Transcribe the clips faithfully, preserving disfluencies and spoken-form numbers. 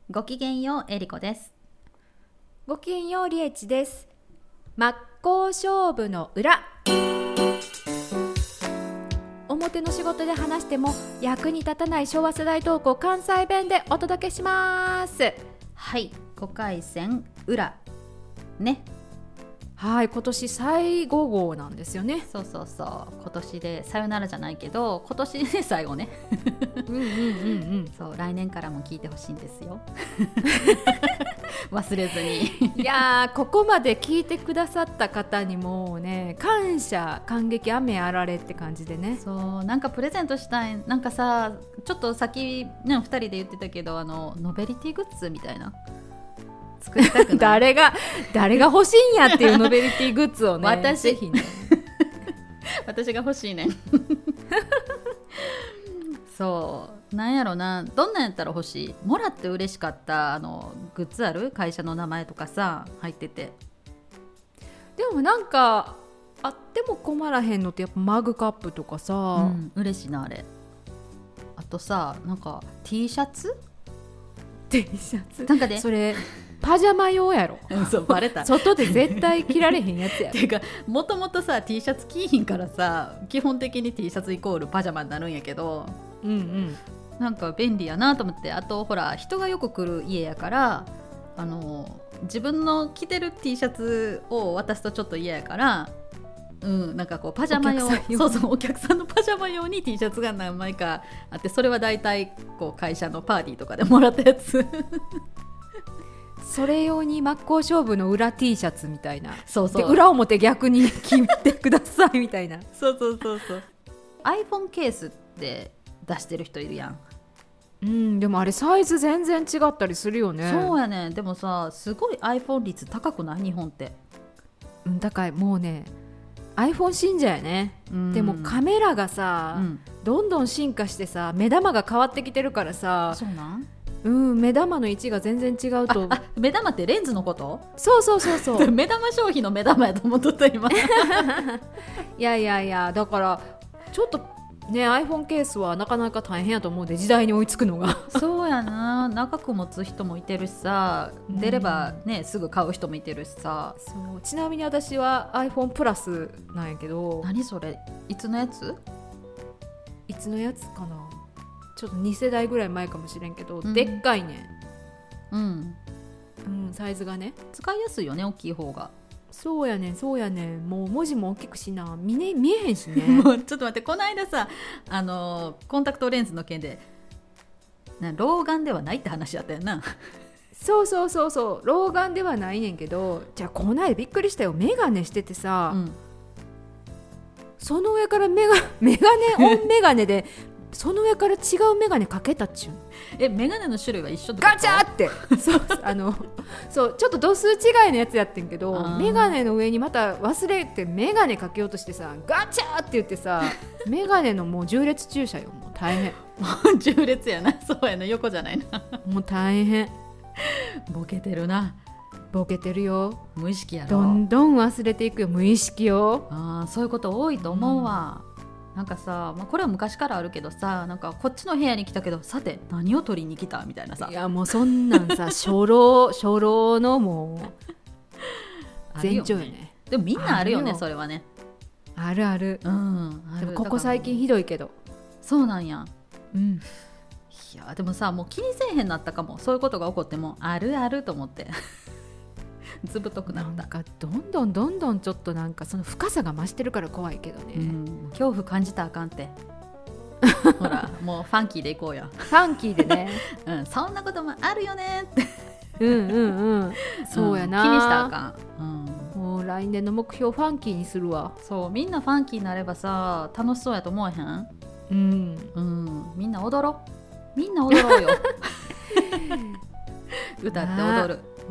ごきげんよう、えりこです。 ごきげんよう、りえちです。真っ向勝負の裏。表の仕事で話しても役に立たない昭和世代トークを関西弁でお届けします。 はい、ごかい戦裏ね。 はい、今年最後号なんですよね。 そうそうそう、今年でさよならじゃないけど今年で最後ね。 うんうんうんうん。 そう来年からも聞いてほしいんですよ。忘れずに。 いやー、ここまで聞いてくださった方にもね、感謝感激雨あられって感じでね。 そうなんかプレゼントしたい。なんかさ、ちょっと先ねふたりで言ってたけど、あのノベリティグッズみたいな作りたくない？ 誰が誰が欲しいんやっていうノベリティグッズをね。 私ぜひね。 私が欲しいねん。そうなんやろな、どんなんやったら欲しい？もらって嬉しかったあのグッズある？会社の名前とかさ入ってて。 でもなんかあっても困らへんのってやっぱマグカップとかさ、 うん、嬉しいなあれ。あとさ、なんか T シャツ T シャツなんかね、 それパジャマ用やろ。 そうバレた。 外で絶対着られへんやつや。 ていうかもともとさ T シャツ着いひんからさ、基本的に T シャツイコールパジャマになるんやけど、 うんうん、 なんか便利やなと思って。あとほら人がよく来る家やから、あの自分の着てる T シャツを渡すとちょっと嫌やから、うん、なんかこうパジャマ用、そうそう、お客さんのパジャマ用に T シャツが何枚かあって、それはだいたいこう会社のパーティーとかでもらったやつ。 それ用に真っ向勝負の裏 T シャツみたいな。 そうそう、 で裏表逆に着てくださいみたいな。 そうそうそうそう。 iPhone ケースって出してる人いるやん。 うん、でもあれサイズ全然違ったりするよね。 そうやね。でもさ、すごい iPhone 率高くない？日本って。 うん、高い。もうね iPhone 信者やね、うん、でもカメラがさ、うん、どんどん進化してさ、目玉が変わってきてるからさ。そうなん？うん、目玉の位置が全然違うと。 ああ、目玉ってレンズのこと？ そうそうそうそう。 目玉消費の目玉やと思っとった今。いやいやいや、だからちょっとね iPhone ケースはなかなか大変やと思うで、時代に追いつくのが。 そうやな、長く持つ人もいてるしさ、出ればね、うん、すぐ買う人もいてるしさ。 そう、ちなみに私は iPhone プラスなんやけど。 何それ？いつのやつ？ いつのやつかな、ちょっとに世代ぐらい前かもしれんけど、うん、でっかいね、 うんうん、サイズがね使いやすいよね、大きい方が。 そうやねんそうやねん。もう文字も大きくしな、見, ね、見えへんしね。 もうちょっと待って、この間さ、あのコンタクトレンズの件でな、老眼ではないって話やったよな。 そうそうそうそう、老眼ではないねんけど、じゃあこの間びっくりしたよ。メガネしててさ、うん、その上からメガメガネオンメガネでその上から違うメガネかけたっちゅう。 え、メガネの種類は一緒ってこと？ ガチャってそうあのそうちょっと度数違いのやつやってんけど、メガネの上にまた忘れてメガネかけようとしてさ、ガチャって言ってさ、メガネのもう縦列駐車よ。もう大変。 縦列やな。そうやな、横じゃないな。 もう大変。 ボケてるな。 ボケてるよ。 無意識やろ。 どんどん忘れていくよ、無意識よ。 あ、そういうこと多いと思うわ、うん、なんかさ、まあ、これは昔からあるけどさ、なんかこっちの部屋に来たけどさて何を取りに来たみたいなさ。 いやもうそんなんさ初老初老のもう前兆よね。 でもみんなあるよね、それはね。 あるある、うん、ある。でもここ最近ひどいけど。 そうなんや。 うん。 いやでもさ、もう気にせえへんなったかも。そういうことが起こってもあるあると思って。ずぶとくなった。 なんかどんどんどんどんちょっとなんかその深さが増してるから怖いけどね、うん、 恐怖感じたらあかんって。ほらもうファンキーでいこうや。 ファンキーでね、 うん、そんなこともあるよねって。 うんうんうん、そうやな、 うん、気にしたらあかん、 うん、もう来年の目標ファンキーにするわ。 そう、みんなファンキーになればさ楽しそうやと思えへん？ うん、 うん、みんな踊ろう、みんな踊ろうよ。歌って踊る、うん、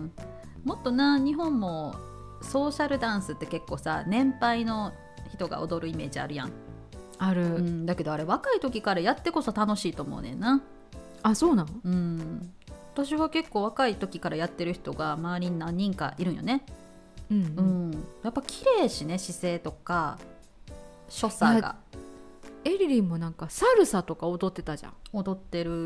もっとな、日本もソーシャルダンスって結構さ年配の人が踊るイメージあるやん。 ある、うん、だけどあれ若い時からやってこそ楽しいと思うねんな。 あ、そうなの？ うん、私は結構若い時からやってる人が周りに何人かいるんよね、うんうん、やっぱ綺麗しね、姿勢とか所作が。 エリリンもなんかサルサとか踊ってたじゃん。 踊ってる、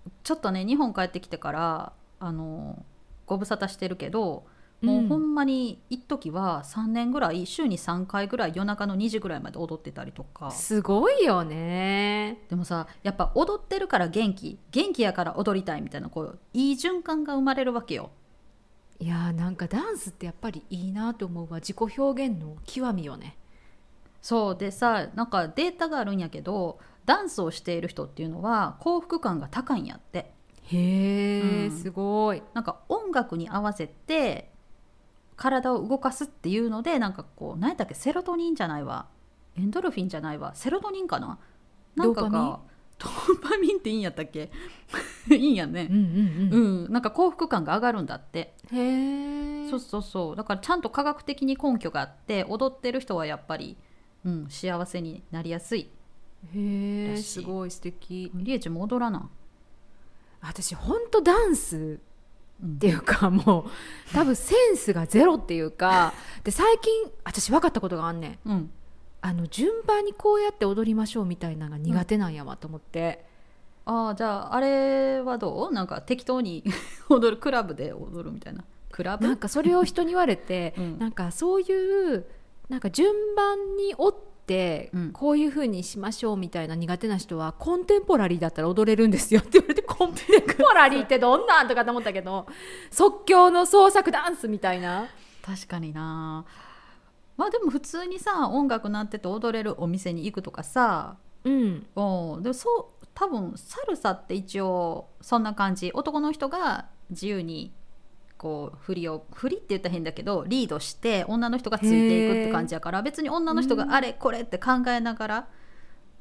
ちょっとね日本帰ってきてからあのご無沙汰してるけど、もうほんまに一時はさんねんぐらい週にさんかいぐらい夜中のにじぐらいまで踊ってたりとか。 すごいよね。 でもさやっぱ踊ってるから元気元気やから踊りたいみたいなこういい循環が生まれるわけよ。 いやーなんかダンスってやっぱりいいなと思うわ。自己表現の極みよね。 そうでさ、なんかデータがあるんやけどダンスをしている人っていうのは幸福感が高いんやって。 へえ、 うんすごい。 なんか音楽に合わせて体を動かすっていうのでなんかこう何やったっけセロトニンじゃないわエンドルフィンじゃないわセロトニンかななんかがドーパミンっていいんやったっけいいんやね、 うんうんうん、 うん、なんか幸福感が上がるんだって。 へえ。 そうそうそう、だからちゃんと科学的に根拠があって踊ってる人はやっぱり、うん、幸せになりやすい。 へえ、すごい素敵。 りえちゃんも踊らな。 私ほんとダンスっていうか、うん、もう多分センスがゼロっていうかで最近私分かったことがあんねん、うん、あの順番にこうやって踊りましょうみたいなのが苦手なんやわと思って、 うん、ああじゃああれはどうなんか適当に踊るクラブで踊るみたいな。クラブなんかそれを人に言われて、うん、なんかそういうなんか順番に追ってこういう風にしましょうみたいな苦手な人はコンテンポラリーだったら踊れるんですよって言われて、コンテンポラリーってどんなんとかと思ったけど即興の創作ダンスみたいな。 確かにな。まあでも普通にさ音楽鳴ってて踊れるお店に行くとかさ、うん、おでもそう多分サルサって一応そんな感じ。男の人が自由にこう振りを振りって言ったら変だけどリードして女の人がついていくって感じやから、別に女の人があれこれって考えながら、うん、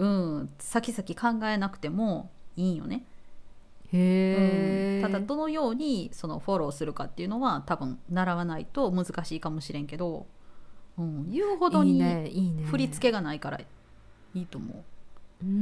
先々考えなくてもいいんよね。へ、うん、ただどのようにそのフォローするかっていうのは多分習わないと難しいかもしれんけど、うん、言うほどに振り付けがないからいいと思う。 うーん、うん、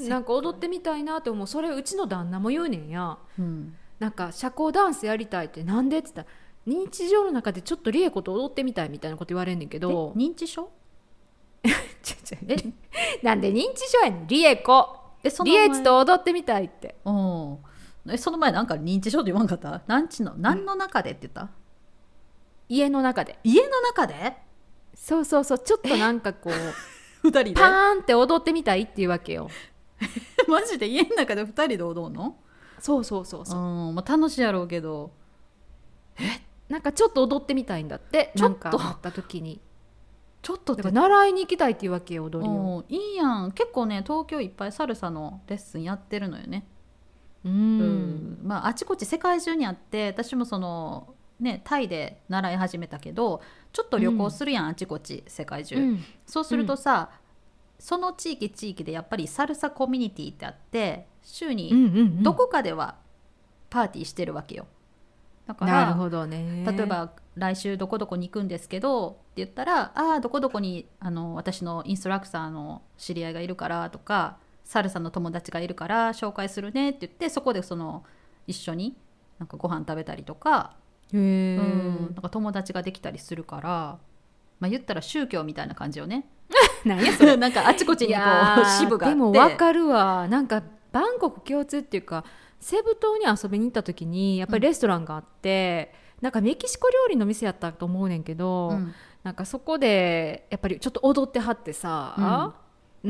なんか踊ってみたいなと思う。それうちの旦那も言うねんや、うん、なんか社交ダンスやりたいって。なんでって言ったら日常の中でちょっとリエコと踊ってみたいみたいなこと言われんねんけど。 認知症ちょちょえなんで認知症やねんリエコ。えそのリエチと踊ってみたいって。 おえその前なんか認知症って言わんかった？何ちの何の中でって言った、うん、 家の中で。 家の中でそうそうそう、ちょっとなんかこうふたりでパーンって踊ってみたいっていうわけよマジで家の中でふたりで踊るの？ そうそうそうそう、 うん、まあ、楽しいやろうけどえなんかちょっと踊ってみたいんだって。なんかなった時にちょっとってだから習いに行きたいっていうわけよ踊りを。 いいやん。結構ね東京いっぱいサルサのレッスンやってるのよね。 うん、うん、 まああちこち世界中にあって、私もそのねタイで習い始めたけどちょっと旅行するやん、うん、あちこち世界中、うん、そうするとさ、うん、その地域地域でやっぱりサルサコミュニティってあって週にどこかではパーティーしてるわけよ。だからなるほどね。 例えば来週どこどこに行くんですけどって言ったら、ああどこどこにあの私のインストラクターの知り合いがいるからとかサルサの友達がいるから紹介するねって言って、そこでその一緒になんかご飯食べたりとか、 へー、 うん、なんか友達ができたりするから、まあ、言ったら宗教みたいな感じよね何やそれなんかあちこちにこう支部があって。 でも分かるわ。なんかバンコク共通っていうかセブ島に遊びに行った時にやっぱりレストランがあって、うん、なんかメキシコ料理の店やったと思うねんけど、うん、なんかそこでやっぱりちょっと踊ってはってさ、うんうん、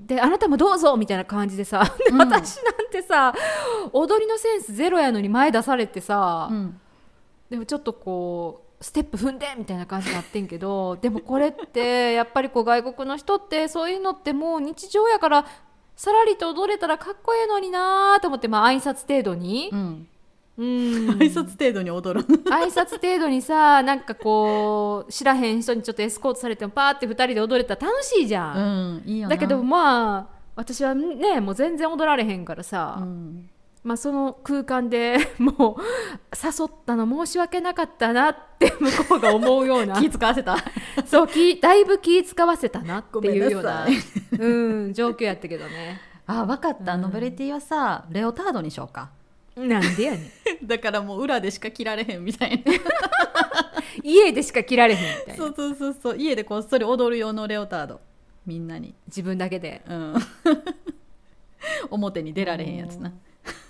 であなたもどうぞみたいな感じでさ、で私なんてさ踊りのセンスゼロやのに前出されてさ、うん、でもちょっとこうステップ踏んでみたいな感じになってんけどでもこれってやっぱりこう外国の人ってそういうのってもう日常やからさらりと踊れたらかっこええのになと思って、まあ挨拶程度に、うんうん、挨拶程度に踊る挨拶程度にさ、なんかこう知らへん人にちょっとエスコートされてもパーってふたりで踊れたら楽しいじゃん、 うん、いいよな。 だけどまあ私はねもう全然踊られへんからさ、うん、まあ、その空間でもう誘ったの申し訳なかったなって向こうが思うような気使わせたそうきだいぶ気使わせたなっていうような、うん、状況やったけどね。 あ、分かった、うん、ノベルティはさレオタードにしようか。 なんでやねんだからもう裏でしか着られへんみたいな家でしか着られへんみたいな。 そうそうそうそう、家でこっそり踊る用のレオタード、みんなに自分だけで、 うん、表に出られへんやつな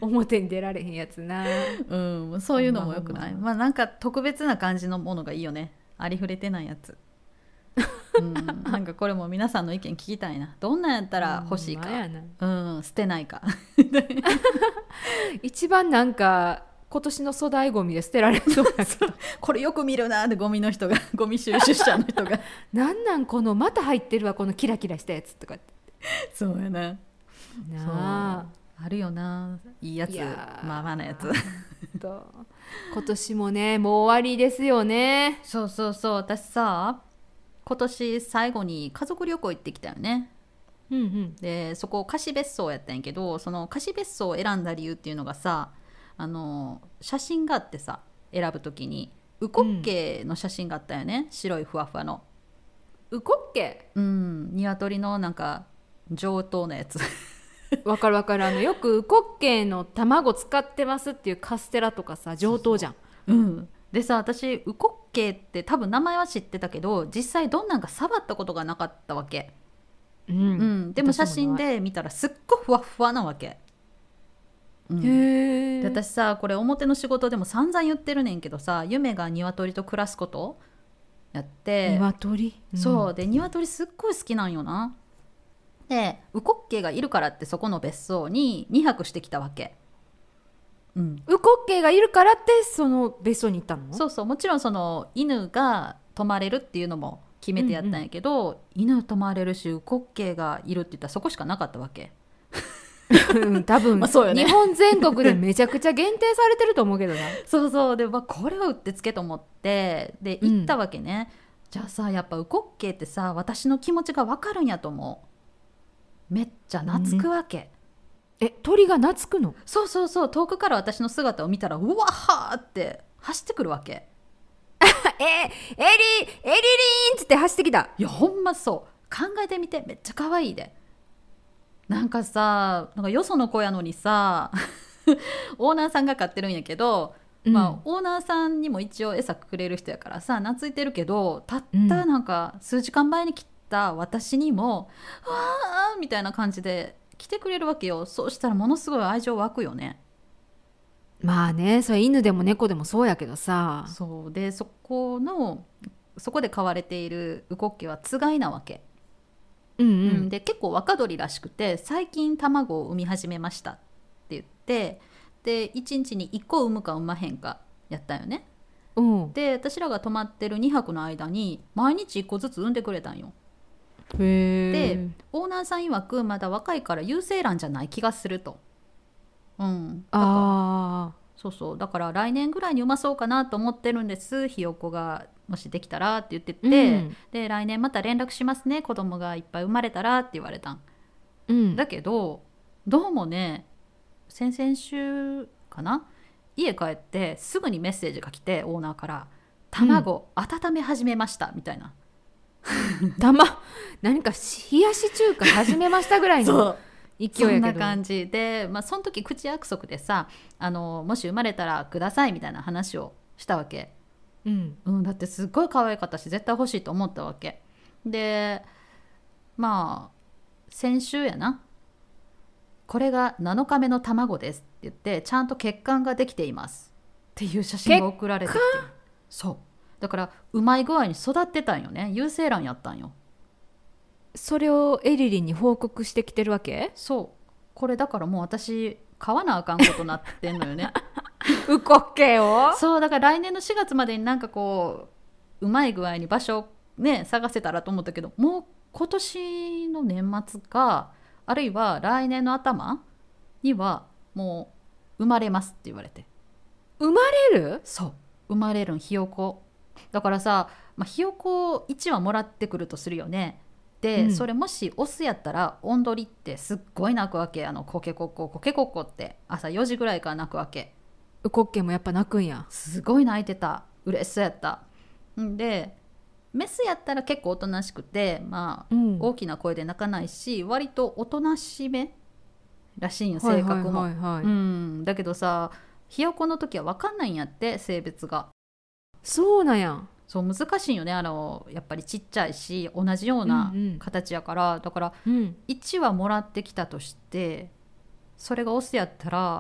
表に出られへんやつな。 うん、そういうのもよくない。 ほんまほんまあなんか特別な感じのものがいいよね。ありふれてないやつ。うん、なんかこれも皆さんの意見聞きたいな。どんなんやったら欲しいか、 ほんまやな。 うん、捨てないか。 一番なんか今年の粗大ゴミで捨てられそうやけどこれよく見るなってゴミの人がゴミ収集車の人がなんなんこのまた入ってるわこのキラキラしたやつとかってそうやな。 なあ。 あるよな、いいやつ、 いやーまあまあなやつ。 と今年もねもう終わりですよね。 そうそうそう、私さ今年最後に家族旅行行ってきたよね。 うんうん。 でそこ貸別荘やったんやけど、その貸別荘を選んだ理由っていうのがさ、あの写真があってさ、選ぶときにウコッケの写真があったよね、うん、白いふわふわのウコッケ、 うん鶏のなんか上等なやつ。 わかるわかる。あのよくウコッケの卵使ってますっていうカステラとかさ上等じゃん。 そうそう、うん、でさ私ウコッケって多分名前は知ってたけど実際どんなんか触ったことがなかったわけ、 うんうん、でも写真で見たらすっごいふわふわなわけ、うん、 へえ。 で私さこれ表の仕事でも散々言ってるねんけどさ、夢が鶏と暮らすことやって、 鶏、 うん、そうで鶏すっごい好きなんよな。でウコッケがいるからってそこの別荘ににはくしてきたわけ、うん、 ウコッケがいるからってその別荘に行ったの？ そうそう、もちろんその犬が泊まれるっていうのも決めてやったんやけど、うんうん、犬泊まれるしウコッケがいるって言ったらそこしかなかったわけ。 うん、多分、まあそうよね、日本全国でめちゃくちゃ限定されてると思うけどな。 そうそうで、まあ、これはうってつけと思ってで行ったわけね、うん、じゃあさやっぱウコッケってさ私の気持ちが分かるんやと思う。めっちゃ懐くわけ、 うん、え鳥が懐くの？ そうそうそう、遠くから私の姿を見たらうわはーって走ってくるわけ。 えエリエリリーンっつって走ってきた。 いやほんまそう、考えてみて、めっちゃ可愛いで。なんかさ、なんかよその子やのにさオーナーさんが飼ってるんやけど、うん、まあオーナーさんにも一応餌くれる人やからさ懐いてるけど、たったなんか数時間前に来た私にも、うん、わーみたいな感じで来てくれるわけよ。そうしたらものすごい愛情湧くよね。 まあね、それ犬でも猫でもそうやけどさ。 そうで、そこのそこで飼われているウコッケはつがいなわけ、うんうんうん、で結構若鳥らしくて最近卵を産み始めましたって言って、でいちにちにいっこ産むか産まへんかやったよね、うん、で私らが泊まってるにはくの間に毎日いっこずつ産んでくれたんよ。 へでオーナーさん曰くまだ若いから有精卵じゃない気がすると、うん、 あそうそう、だから来年ぐらいに産まそうかなと思ってるんです、ひよこがもしできたらって言ってて、うん、で来年また連絡しますね、子供がいっぱい生まれたらって言われたん、うん、だけどどうもね先々週かな、家帰ってすぐにメッセージが来てオーナーから卵温め始めましたみたいな、 たま何か冷やし中華始めましたぐらいの勢いやけどそんな感じで、まあ、その時口約束でさあのもし生まれたらくださいみたいな話をしたわけ、うんうん、だってすっごい可愛かったし絶対欲しいと思ったわけで、まあ先週やな、これがなのかめの卵ですって言ってちゃんと血管ができていますっていう写真が送られてきて、そうだからうまい具合に育ってたんよね、有精卵やったんよ。 それをエリリンに報告してきてるわけ？ そう、これだからもう私買わなあかんことなってんのよねウコッケを？ そうだから来年のしがつまでになんかこううまい具合に場所ね探せたらと思ったけど、もう今年の年末かあるいは来年の頭にはもう生まれますって言われて。 生まれる？ そう生まれるん、ひよこだからさ、まあ、ひよこいち羽もらってくるとするよね。で、うん、それもしオスやったらオンドリってすっごい鳴くわけ、あのコケコッココケコッコって朝よじぐらいから鳴くわけ。 ウコッケもやっぱ鳴くんや。 すごい鳴いてた、嬉しそうやった。んでメスやったら結構おとなしくて、まあ、うん、大きな声で鳴かないし割とおとなしめらしいんよ性格も、はいはいはいはい、うん、だけどさひよこの時は分かんないんやって性別が。 そうなんや。 そう難しいよね、あのやっぱりちっちゃいし同じような形やから、うんうん、だから、うん、いち羽もらってきたとしてそれがオスやったら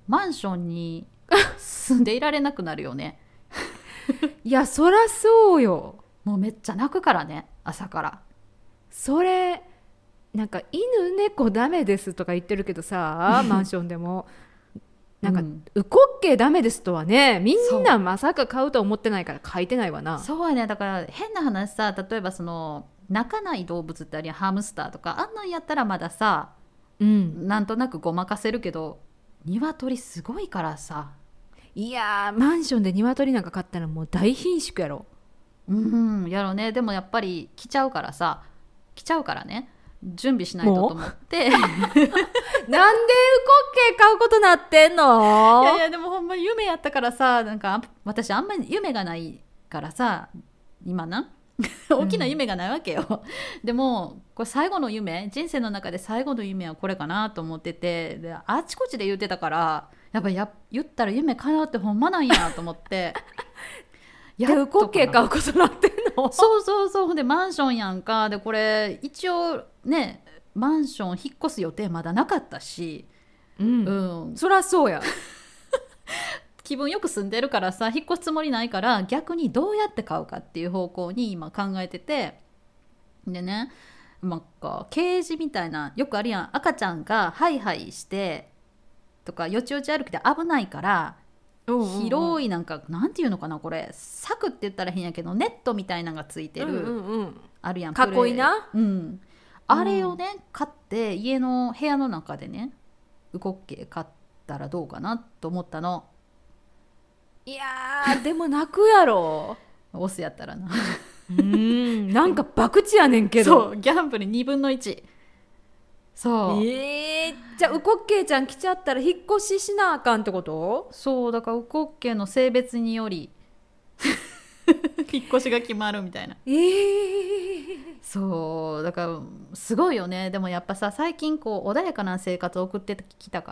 マンションに住んでいられなくなるよねいやそらそうよ。 もうめっちゃ泣くからね朝から。 それなんか犬猫ダメですとか言ってるけどさマンションでもなんか、うん、ウコッケダメですとはねみんなまさか買うと思ってないから書いてないわな。 そうやね。だから変な話さ、例えばその泣かない動物ってあるやん、ハムスターとかあんなんやったらまださ、うん、なんとなくごまかせるけど鶏すごいからさ。 いやーマンションで鶏なんか買ったらもう大貧縮やろ。 うんやろね。でもやっぱり来ちゃうからさ来ちゃうからね準備しないとと思ってなんでウコッケ買うことなってんの。 いやいやでもほんま夢やったからさ、なんか私あんまり夢がないからさ今な大きな夢がないわけよ、うん、でもこれ最後の夢、人生の中で最後の夢はこれかなと思ってて、であちこちで言ってたからやっぱや言ったら夢叶うってほんまなんやと思ってでウコッケ買うことなってんの。 そうそうそう。でマンションやんか。でこれ一応ねマンション引っ越す予定まだなかったし、 うん、うん、そりゃそうや気分よく住んでるからさ引っ越すつもりないから、逆にどうやって買うかっていう方向に今考えてて、でね、まあ、ケージみたいなよくあるやん、赤ちゃんがハイハイしてとかよちよち歩きで危ないから、うんうんうん、広いなんかなんていうのかな、これ柵って言ったら変やけどネットみたいなのがついてる、うんうんうん、あるやん囲いな、 うん、あれをね買って家の部屋の中でねウコッケ買ったらどうかなと思ったの。 いやーでも泣くやろオスやったらなうんなんか博打やねんけど。そうギャンブルにぶんのいち。そうえー、じゃあウコッケちゃん来ちゃったら引っ越ししなあかんってこと？ そうだからウコッケの性別により引っ越しが決まるみたいな。 えー、 そうだからすごいよね。でもやっぱさ最近こう穏やかな生活を送ってきたから、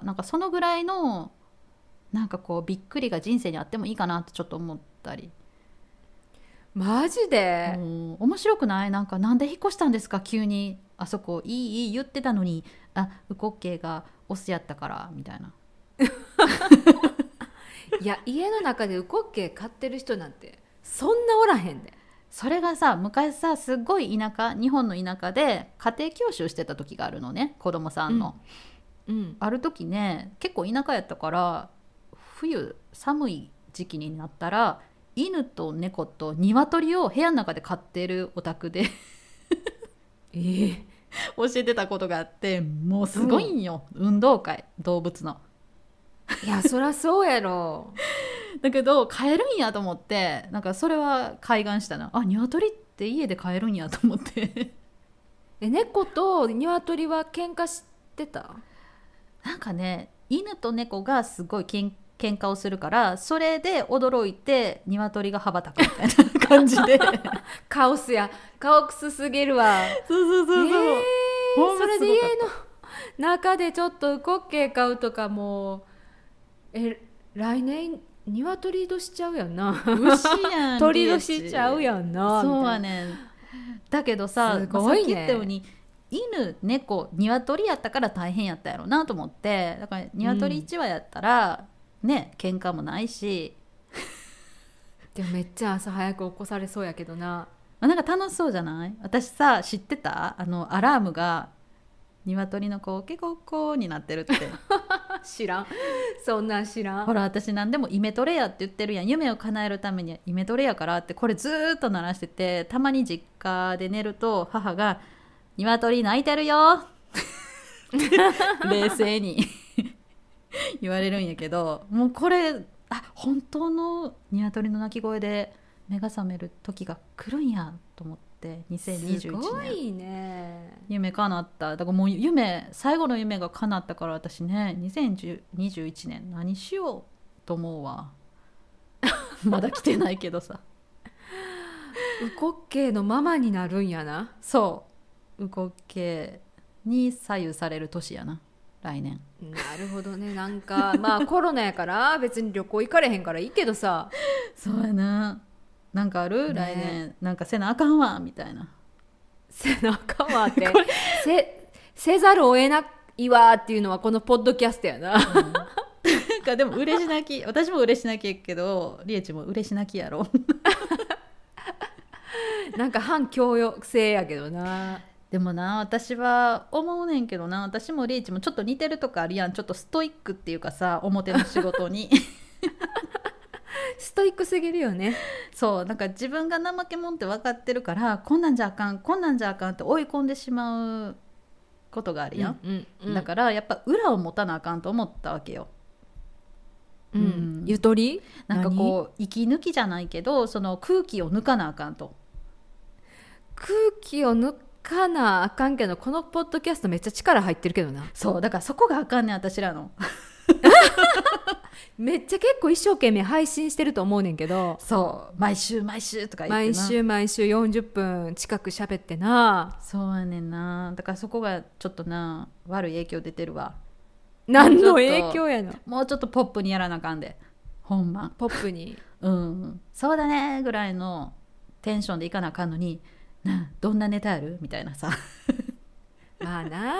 なんかそのぐらいのなんかこうびっくりが人生にあってもいいかなってちょっと思ったり。 マジで、 うん、面白くない？なんかなんで引っ越したんですか急に、あそこいいいい言ってたのに、あウコッケがオスやったからみたいな。 いや家の中でウコッケ飼ってる人なんてそんなおらへんで。 それがさ昔さすっごい田舎、日本の田舎で家庭教師をしてた時があるのね、子供さんの、うんうん、ある時ね結構田舎やったから冬寒い時期になったら犬と猫と鶏を部屋の中で飼ってるお宅でえー、 教えてたことがあって、もうすごいんよ、うん、運動会動物の。 いやそりゃそうやろだけど飼えるんやと思って、なんかそれは開眼したな。あ鶏って家で飼えるんやと思ってえ猫と鶏は喧嘩してた？ なんかね犬と猫がすごい喧喧嘩をするから、それで驚いて鶏が羽ばたくみたいな感じでカオスや、カオスすぎるわ。 そうそうそうそう、えー、 それで家の中でちょっとウコッケ買うとかもえ来年鶏年しちゃうやんな。 牛やん鳥年しちゃうやんな。 そうはね。だけどさ、すごいね、さっき言ったように犬猫鶏やったから大変やったやろなと思って、だから鶏いち羽やったら、うん、ね喧嘩もないしでもめっちゃ朝早く起こされそうやけどな。 なんか楽しそうじゃない？私さ知ってた？あのアラームが鶏のこうケコッコーになってるって知らん、そんなん知らん。 ほら私何でもイメトレやって言ってるやん、夢を叶えるためにイメトレやからって、これずーっと鳴らしてて、たまに実家で寝ると母が鶏鳴いてるよ冷静に言われるんやけど、もうこれあ本当の鶏の鳴き声で目が覚める時が来るんやと思って、にせんにじゅういちねんすごいね、 夢叶った。だからもう夢最後の夢が叶ったから、私ねにせんにじゅういちねん何しようと思うわまだ来てないけどさウコッケのママになるんやな。 そうウコッケに左右される年やな来年。 なるほどね。なんかまあコロナやから別に旅行行かれへんからいいけどさそうやな。なんかある、ね、来年なんかせなあかんわみたいな。 せなあかんわってせ, せざるを得ないわっていうのはこのポッドキャストやな、うん、 かでも嬉し泣き私も嬉し泣きやけどりえちも嬉し泣きやろなんか反強制やけどな。 でもな私は思うねんけどな、私もリーチもちょっと似てるとかあるやん、ちょっとストイックっていうかさ表の仕事にストイックすぎるよね。 そうなんか自分が怠け者って分かってるからこんなんじゃあかんこんなんじゃあかんって追い込んでしまうことがあるやん、 うんうんうん、 だからやっぱ裏を持たなあかんと思ったわけよ。 うん、うん、ゆとりなんかこう息抜きじゃないけどその空気を抜かなあかんと。 空気を抜かなあかんけどこのポッドキャストめっちゃ力入ってるけどな。 そうだからそこがあかんねん私らのめっちゃ結構一生懸命配信してると思うねんけど、 そう毎週毎週とか言ってな毎週毎週よんじゅっぷん近く喋ってな。 そうやねんな、だからそこがちょっとな悪い影響出てるわ。 何の影響やの。 もうちょっとポップにやらなあかんでほんまポップにうんそうだねぐらいのテンションでいかなあかんのになあどんなネタあるみたいなさまあな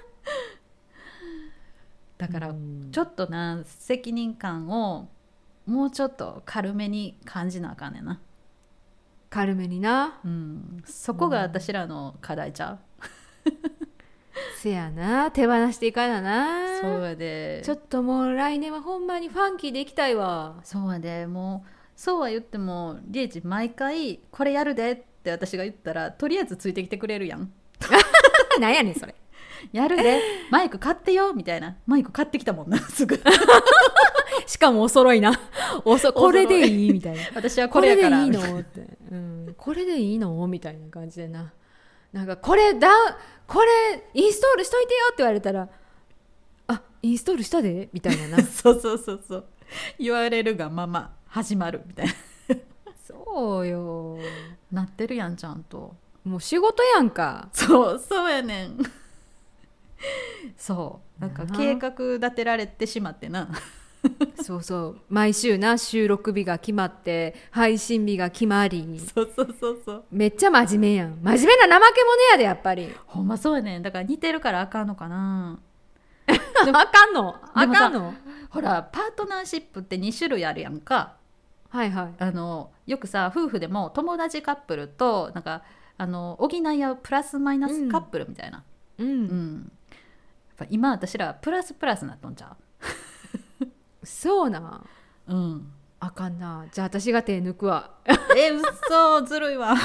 だからちょっとな責任感をもうちょっと軽めに感じなあかんねんな。 軽めにな、 うん、そこが私らの課題ちゃう、 せやな手放していかなな。 そうやでちょっともう来年はほんまにファンキーでいきたいわ。 そうやでもうそうは言ってもリエチ毎回これやるでって私が言ったらとりあえずついてきてくれるやんなんやねんそれやるでマイク買ってよみたいな。マイク買ってきたもんなすぐしかもお揃いなおそこれでいいみたいな私はこれやからこれでいいのって、うん、これでいいのみたいな感じでな。なんかこれだこれインストールしといてよって言われたらあインストールしたでみたいななそうそうそうそう言われるがまま始まるみたいなそうよなってるやんちゃんと。 もう仕事やんか。 そうそうやねんそうなんか計画立てられてしまってなそうそう毎週な収録日が決まって配信日が決まりそうそうそうそうめっちゃ真面目やん。真面目な怠け者やでやっぱりほんまそうやねん。だから似てるからあかんのかなあかんのあかんの。 ほらパートナーシップってに種類あるやんか。 はいはい。 あのよくさ夫婦でも友達カップルとなんかあの補い合うプラスマイナスカップルみたいな、 うん、うんうんやっぱ今私らプラスプラスなっとんちゃうそうな。 うんあかんな。じゃあ私が手抜くわえうっそずるいわ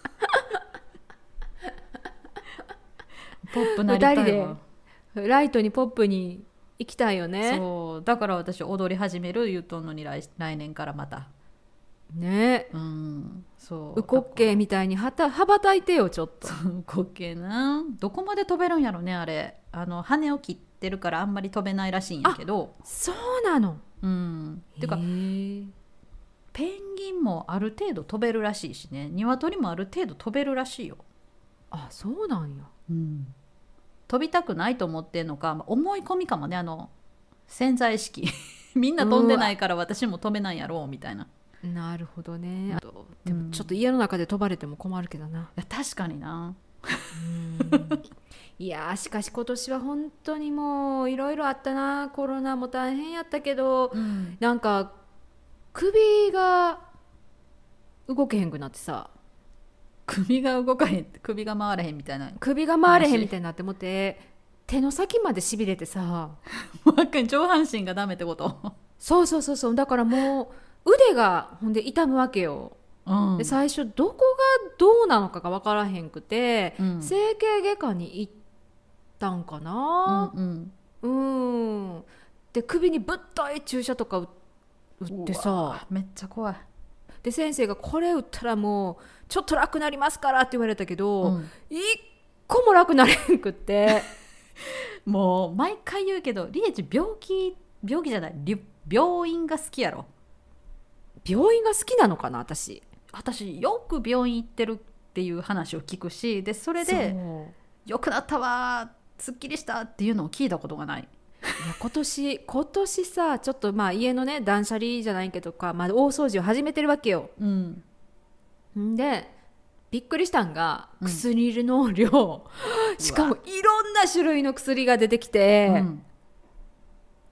ポップなりたいわ。 ふたりでライトにポップに行きたいよね。 そうだから私踊り始める言うとんのに 来, 来年からまたね。 うんそうウコッケーみたいにはた羽ばたいてよちょっと。 ウコッケーなどこまで飛べるんやろねあれ。あの羽を切ってるからあんまり飛べないらしいんやけど。 そうなの。 うんてかペンギンもある程度飛べるらしいしね鶏もある程度飛べるらしいよ。 あそうなんや、 うん、飛びたくないと思ってんのか、まあ、思い込みかもね。あの潜在意識みんな飛んでないから私も飛べないやろうみたいな。 なるほどね。あとでもちょっと家の中で飛ばれても困るけどな、うん、いや確かになうんいやしかし今年は本当にもういろいろあったな。コロナも大変やったけど、うん、なんか首が動けへんくなってさ。 首が動かへん首が回れへんみたいな。 首が回れへんみたいになって思って手の先までしびれてさ上半身がダメってこと。 そうそうそうそう。だからもう腕がほんで痛むわけよ、うん、で最初どこがどうなのかが分からへんくて、うん、整形外科に行ったんかな。うんうん、うんで首にぶっとい注射とか打ってさめっちゃ怖い。 で先生がこれ打ったらもうちょっと楽なりますからって言われたけど、うん、一個も楽なれんくってもう毎回言うけどリエチ病気病気じゃない病院が好きやろ。 病院が好きなのかな。私私よく病院行ってるっていう話を聞くしでそれでよくなったわすっきりしたっていうのを聞いたことがない。 いや今年今年さちょっとまあ家のね断捨離じゃないけどか、まあ、大掃除を始めてるわけよ、うん、でびっくりしたんが薬の量、うん、しかもいろんな種類の薬が出てきて、うん、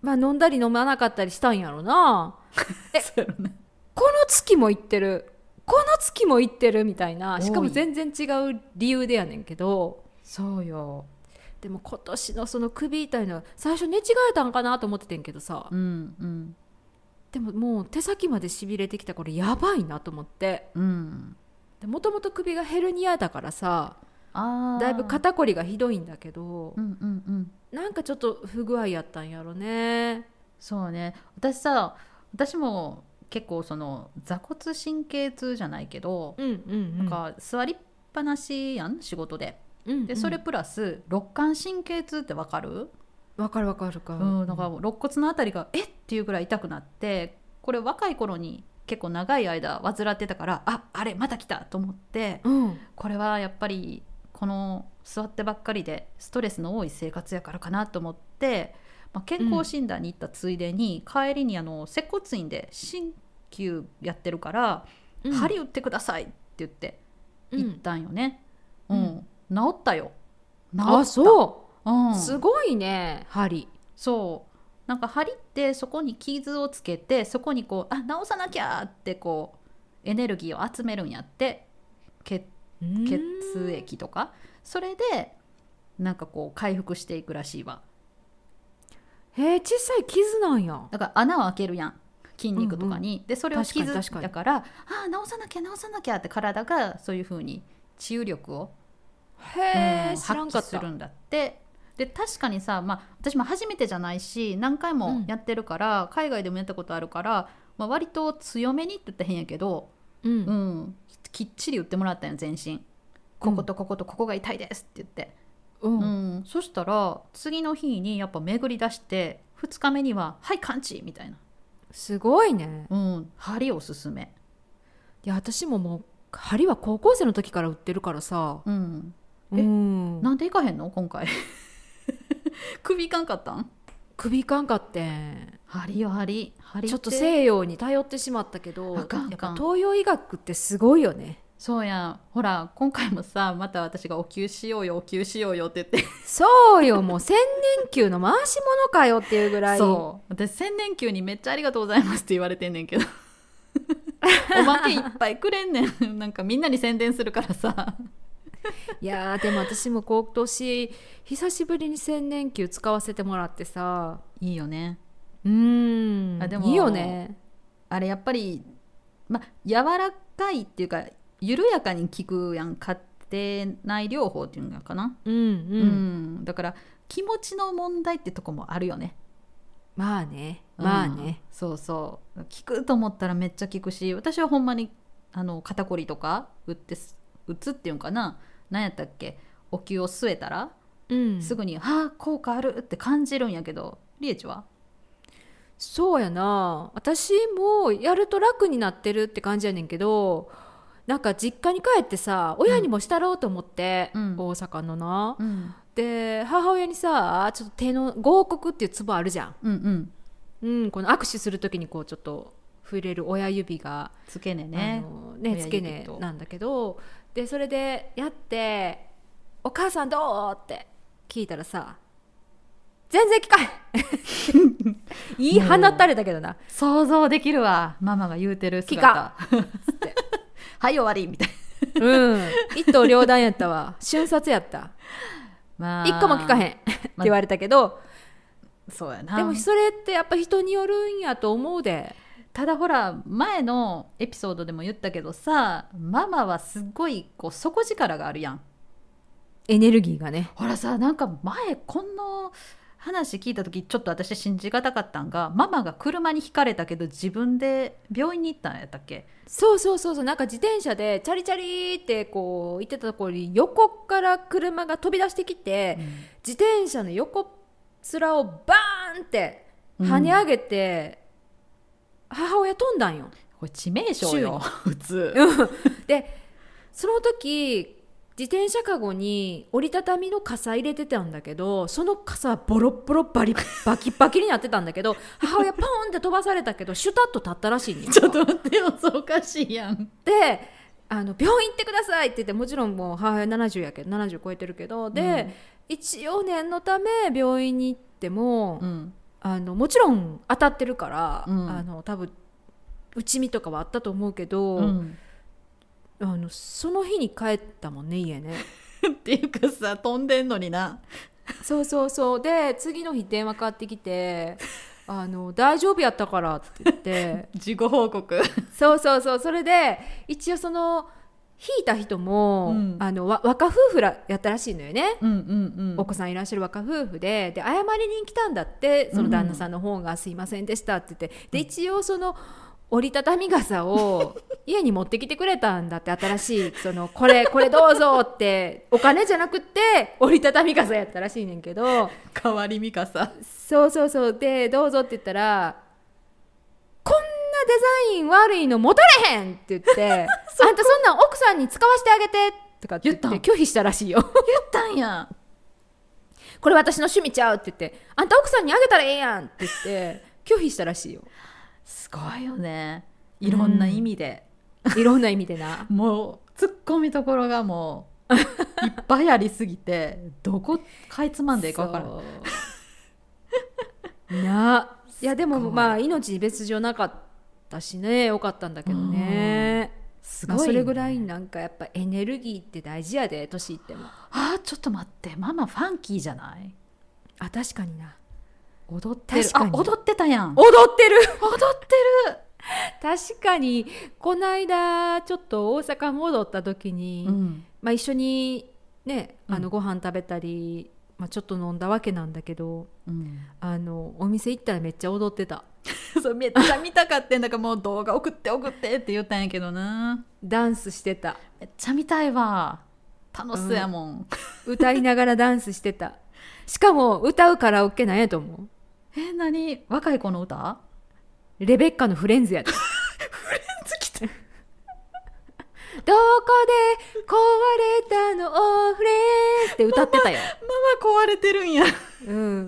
まあ飲んだり飲まなかったりしたんやろなえそうやろね、 この月も行ってるこの月も行ってるみたいな、しかも全然違う理由でやねんけど。 そうよ。 でも今年のその首痛いのは最初寝違えたんかなと思っててんけどさ、 うんうん、 でももう手先までしびれてきた、これやばいなと思って。もともと首がヘルニアだからさ、あだいぶ肩こりがひどいんだけど、うんうんうん、なんかちょっと不具合やったんやろね。 そうね、私さ私も結構その座骨神経痛じゃないけど、うんうんうん、なんか座りっぱなしやん仕事で、うんうん、でそれプラス肋間神経痛ってわかる？ わかるわかるか、 うん、だから肋骨のあたりがえっっていうぐらい痛くなって、これ若い頃に結構長い間患ってたから、ああれまた来たと思って、うん、これはやっぱりこの座ってばっかりでストレスの多い生活やからかなと思って、まあ、健康診断に行ったついでに、うん、帰りにあの接骨院で鍼灸やってるから、うん、針打ってくださいって言って行ったんよね、うんうん、治ったよ。治った。 あ、そう、うん、すごいね。針、 そうなんか針ってそこに傷をつけて、そこにこうあ治さなきゃってこうエネルギーを集めるんやって、血, 血液とか、それでなんかこう回復していくらしいわ。 へえ、小さい傷なんや。 だから穴を開けるやん筋肉とかに、うんうん、でそれを傷だからあ治さなきゃ治さなきゃって体がそういう風に治癒力を、 へ、うん、 発揮するんだって。で確かにさ、まあ、私も初めてじゃないし何回もやってるから、うん、海外でもやったことあるから、まあ、割と強めにって言ったら変やけど、うんうん、きっちり打ってもらったよ全身。こことこことここが痛いですって言って、うんうん、そしたら次の日にやっぱ巡り出して、ふつかめにははい完治みたいな。 すごいね、 うん、針おすすめ。 いや私ももう針は高校生の時から打ってるからさ、うん、 え、うん、なんで行かへんの今回首いかんかったん？ 首いかんかってん。 針よ針。針ちょっと西洋に頼ってしまったけど、あかんあかん、やっぱ東洋医学ってすごいよね。 そうや、ほら今回もさまた私がお灸しようよお灸しようよって言ってそうよ、もう千年灸の回し物かよっていうぐらい。 そう私千年灸にめっちゃありがとうございますって言われてんねんけどおまけいっぱいくれんねんなんかみんなに宣伝するからさいやでも私も今年久しぶりに千年灸使わせてもらってさ、 いいよね。 うーん、あでもいいよね。 あれやっぱり、ま、柔らかいっていうか緩やかに効くやん、家庭内療法っていうのかな、うんうんうん、だから気持ちの問題ってとこもあるよね。 まあねまあね、うん、 そうそう効くと思ったらめっちゃ効くし、私はほんまにあの肩こりとか打って打つっていうんかな、何やったっけ、お灸を据えたら、うん、すぐにはあ効果あるって感じるんやけど、りえちは？ そうやな、私もやると楽になってるって感じやねんけど、なんか実家に帰ってさ親にもしたろうと思って、うん、大阪のな、うん、で母親にさちょっと手の合谷っていうツボあるじゃん、うんうんうん、この握手する時にこうちょっと触れる親指が付け根ね、 あのね付け根なんだけど、でそれでやってお母さんどうって聞いたらさ全然聞かへんいい放たれたけどな。 想像できるわママが言うてる姿ってはい終わりみたいなうん一刀両断やったわ瞬殺やった、まあ、一個も聞かへんって言われたけど、 まあ、そうやな。 でもそれってやっぱ人によるんやと思うで。 ただほら前のエピソードでも言ったけどさ、ママはすっごいこう底力があるやん、 エネルギーがね。 ほらさ、なんか前この話聞いた時ちょっと私信じがたかったんが、ママが車にひかれたけど自分で病院に行ったんやったっけ。 そうそうそうそう、なんか自転車でチャリチャリってこう行ってたところに横から車が飛び出してきて、うん、自転車の横面をバーンって跳ね上げて、うん、母親飛んだんよ。 これ致命傷よ普通でその時自転車かごに折りたたみの傘入れてたんだけど、その傘はボロボロバリバキバキになってたんだけど母親ポンって飛ばされたけどシュタッと立ったらしいねん。 ちょっと待ってよ、そうおかしいやん。 であの病院行ってくださいって言って、もちろんもう母親ななじゅうやけどななじゅう超えてるけど、で、うん、一応念のため病院に行っても、うん、 あのもちろん当たってるから、 うん、 あの多分内身とかはあったと思うけど、うん、あのその日に帰ったもんね家ねっていうかさ飛んでんのにな。 そうそうそうで次の日電話かかってきてあの大丈夫やったからって言って事後報告そうそうそうそれで一応その引いた人も、うん、あの若夫婦らやったらしいのよね、 うんうんうん、 お子さんいらっしゃる若夫婦で、で謝りに来たんだってその旦那さんの方がすいませんでしたって言って、で一応その折りたたみ傘を家に持ってきてくれたんだって、新しいそのこれこれどうぞってお金じゃなくって折りたたみ傘やったらしいねんけど、 代わりみ傘、 そうそうそうでどうぞって言ったら、こんなデザイン悪いの持たれへんって言ってあんたそんなん奥さんに使わせてあげてとかって言って拒否したらしいよ。 言ったんや。 これ私の趣味ちゃうって言って、あんた奥さんにあげたらええやんって言って拒否したらしいよ。 すごいよね、いろんな意味で、 うん、いろんな意味でなもうツッコミどころがもういっぱいありすぎてどこかいつまんでいいか分からんな。いやでもまあ命に別状なかったしね、よかったんだけどね。すごいね、まあ、それぐらいなんかやっぱエネルギーって大事やで、年いっても。 あーちょっと待って、ママファンキーじゃない？ あ、確かにな、 踊ってる。確かに、あ、踊ってたやん。 踊ってる踊ってる確かにこの間ちょっと大阪戻った時に、うん、まあ、一緒にね、あのご飯食べたり、うん、まあ、ちょっと飲んだわけなんだけど、うん、あのお店行ったらめっちゃ踊ってたそうめっちゃ見たかってんだからもう動画送って送ってって言ったんやけどな。 ダンスしてた。 めっちゃ見たいわ、楽しそうやもん、 うん、歌いながらダンスしてた。しかも歌うカラオケなんやと思う？ え、何？若い子の歌？ レベッカのフレンズやでフレンズ来たどこで壊れたのフレンズって歌ってたよ。 ママ壊れてるんや。 うん、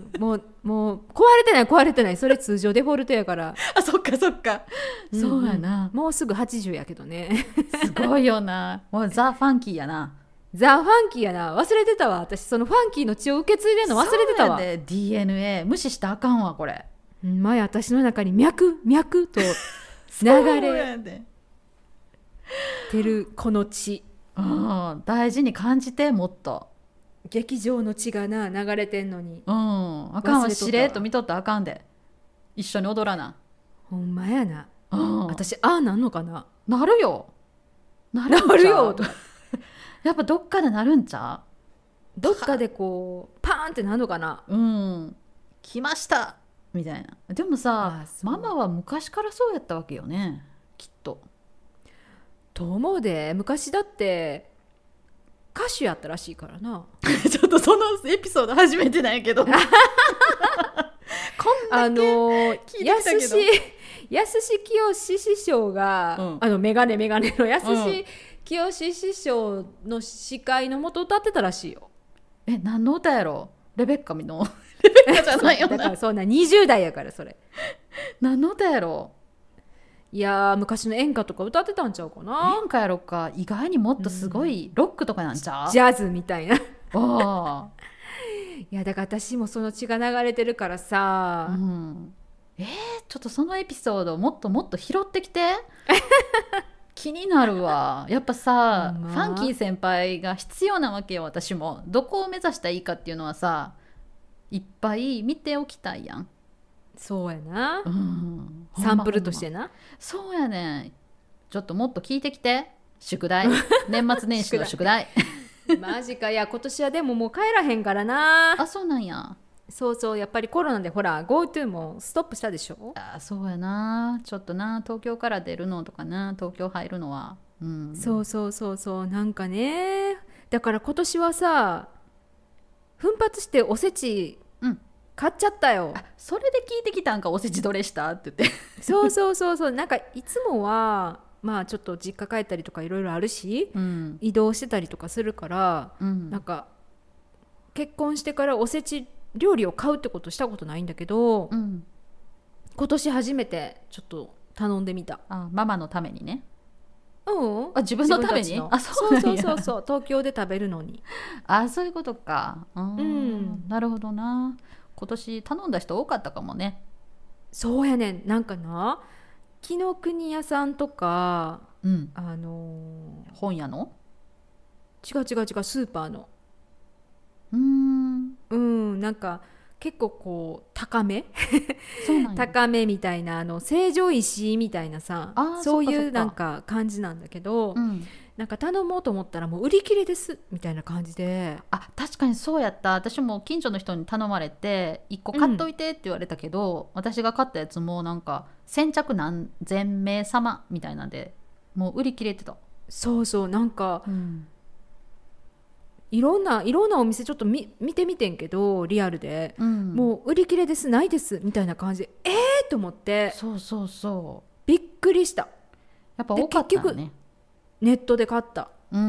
もうもう壊れてない壊れてない、それ通常デフォルトやから。 あ、そっかそっか、うん、そうやな。 もうすぐはちじゅうやけどねすごいよな、もうザ・ファンキーやな。 ザ・ファンキーやな、忘れてたわ。私そのファンキーの血を受け継いでるの忘れてたわ。 そうやで、 ディーエヌエー 無視したらあかんわこれ。 前私の中に脈脈と流れてるこの血、 うん、大事に感じて。もっと劇場の血がな流れてんのに、 うん、あかんわ、しれっと見とったらあかんで。一緒に踊らな。 ほんまやな、 うん、 私ああなんのかな。 なるよなるよとやっぱどっかでなるんちゃう。どっかでこうパーンってなるのかな。 うん、来ましたみたいな。でもさ、ママは昔からそうやったわけよね、きっと。 と思うで、昔だって歌手やったらしいからなちょっとそのエピソード初めてなんやけどこんだけ聞いてきたけど、 安志清師匠が、うん、あのメガネメガネの安志清師匠の司会の元歌ってたらしいよ。 え、何の歌やろ？レベッカミのレベッカじゃないよな。 だからそんなにじゅう代やから。それ何の歌やろ？ いや昔の演歌とか歌ってたんちゃうかな。 演歌やろか。意外にもっとすごいロックとかなんちゃう、 うん、ジャズみたいなあいやだから私もその血が流れてるからさ、 うん、えー、ちょっとそのエピソードもっともっと拾ってきて気になるわ。やっぱさ、まあ、ファンキー先輩が必要なわけよ。私もどこを目指したらいいかっていうのはさ、いっぱい見ておきたいやん。 そうやな、 うん、 サンプルとしてな。 そうやねん。ちょっともっと聞いてきて、宿題年末年始の宿題マジか。いや今年はでももう帰らへんからな。 あ、そうなんや。 そうそう、やっぱりコロナでほら GoTo もストップしたでしょ。 あ、そうやな。ちょっとな、東京から出るのとかな、東京入るのは、うん、 そうそうそうそう、なんかね。だから今年はさ奮発しておせち、うん、買っちゃったよ。 あ、それで聞いてきたんか、おせちどれしたって言ってそうそうそうそう、なんかいつもはまあちょっと実家帰ったりとかいろいろあるし、うん、移動してたりとかするから、うん、なんか結婚してからおせち料理を買うってことしたことないんだけど、うん、今年初めてちょっと頼んでみた。 あ、ママのためにね。 うん、 あ、自分のために。 あ、そうそうそうそう、東京で食べるのに。 あ、そういうことか。うん、うん、なるほどな。 今年頼んだ人多かったかもね。 そうやねん、なんかな紀ノ国屋さんとか、 うん、 あのー、 本屋の違う違う違うスーパーのうーんうんなんか結構こう高めそうなんや。 高めみたいなあの成城石井みたいなさ、 あーそうそっかそっかいうなんか感じなんだけど、 うん、 なんか頼もうと思ったらもう売り切れですみたいな感じで、 あ確かにそうやった。私も近所の人に頼まれていっこ買っといてって言われたけど、うん、私が買ったやつもなんか先着何千名様みたいなんでもう売り切れてた。 そうそうなんか、 うん、 いろんないろんなお店ちょっと見見てみてんけどリアルで、 うん、 もう売り切れですないですみたいな感じでえーと思ってそうそうそう、 びっくりした。 やっぱ多かったよね。 ネットで買った。 うん、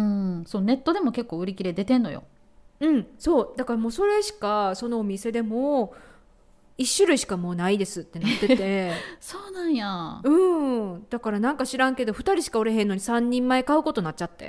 そうネットでも結構売り切れ出てんのよ。 うんそうだからもうそれしかそのお店でもいち種類しかもうないですってなっててそうなんや。 うんだからなんか知らんけどふたりしかおれへんのにさんにんまえ買うことになっちゃって、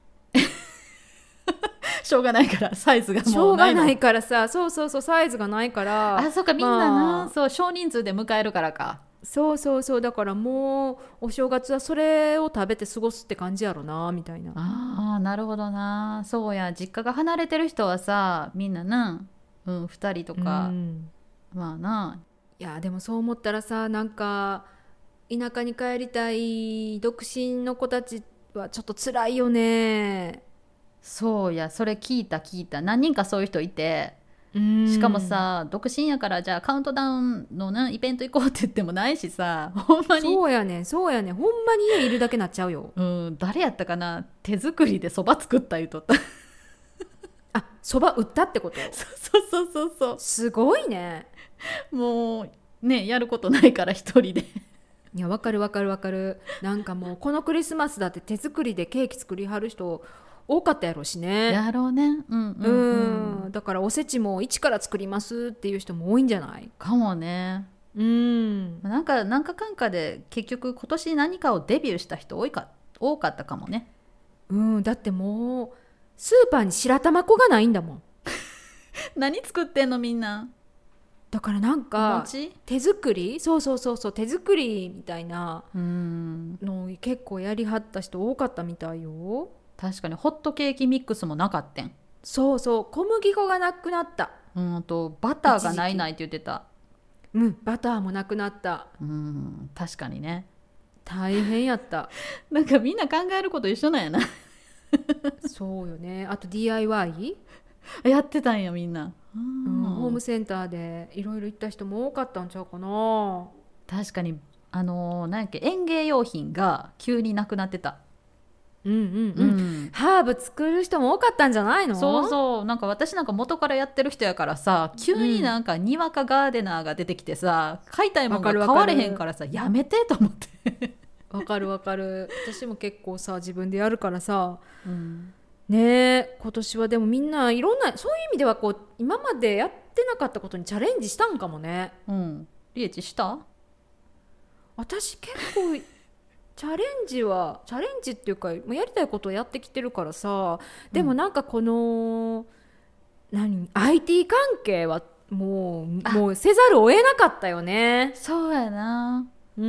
しょうがないからサイズがしもうないの。 ょうがないからさ、そうそうそうサイズがないからあそうかみんなな、 まあ、 そう少人数で迎えるからか。 そうそうそうだからもうお正月はそれを食べて過ごすって感じやろなみたいな。 あーなるほどな。そうや実家が離れてる人はさみんなな、うん、ふたりとうか、 んまあないやでもそう思ったらさなんか田舎に帰りたい独身の子たちはちょっと辛いよね。 そうやそれ聞いた聞いた。何人かそういう人いて、 うんしかもさ独身やからじゃあカウントダウンのなイベント行こうって言ってもないしさほんまに。 そうやねんそうやねんほんまに家いるだけなっちゃうよ。 うん、誰やったかな手作りでそば作った言うとったあそば売ったってこと？ そうそうそうそうすごいね。 もうねやることないから一人でいやわかるわかるわかる。なんかもうこのクリスマスだって手作りでケーキ作りはる人多かったやろしね。 やろうね。うんうんううんんだからおせちも一から作りますっていう人も多いんじゃない？ かもね。 うんなんかなんかかんかで結局今年何かをデビューした人多いか多かったかもね。 うんだってもうスーパーに白玉粉がないんだもん。 何作ってんのみんな。 だからなんおか餅。 手作りそうそうそうそう手作りみたいなうんの結構やりはった人多かったみたいよ。 確かにホットケーキミックスもなかったん。 そうそう小麦粉がなくなった。 うんとバターがないないって言ってた。 うんバターもなくなった。 うん確かにね。 大変やったなんかみんな考えること一緒なんやなそうよね。あと ディーアイワイ、 やってたんやみんな。ううん、ホームセンターでいろいろ行った人も多かったんちゃうかな。 確かにあのー、なんやっけ園芸用品が急になくなってた。 うんうんううん、 んハーブ作る人も多かったんじゃないの？ そうそうなんか私なんか元からやってる人やからさ急になんかにわかガーデナーが出てきてさ買いたいもんが買われへんからさやめてと思ってわかるわかる。私も結構さ自分でやるからさうんねえ今年はでもみんないろんなそういう意味ではこう今までやってなかったことにチャレンジしたんかもね。 うんリエチした私結構チャレンジはチャレンジっていうかもうやりたいことをやってきてるからさ。でもなんかこの、何 アイティー 関係はもうもうせざるを得なかったよね。 そうやな。 うん、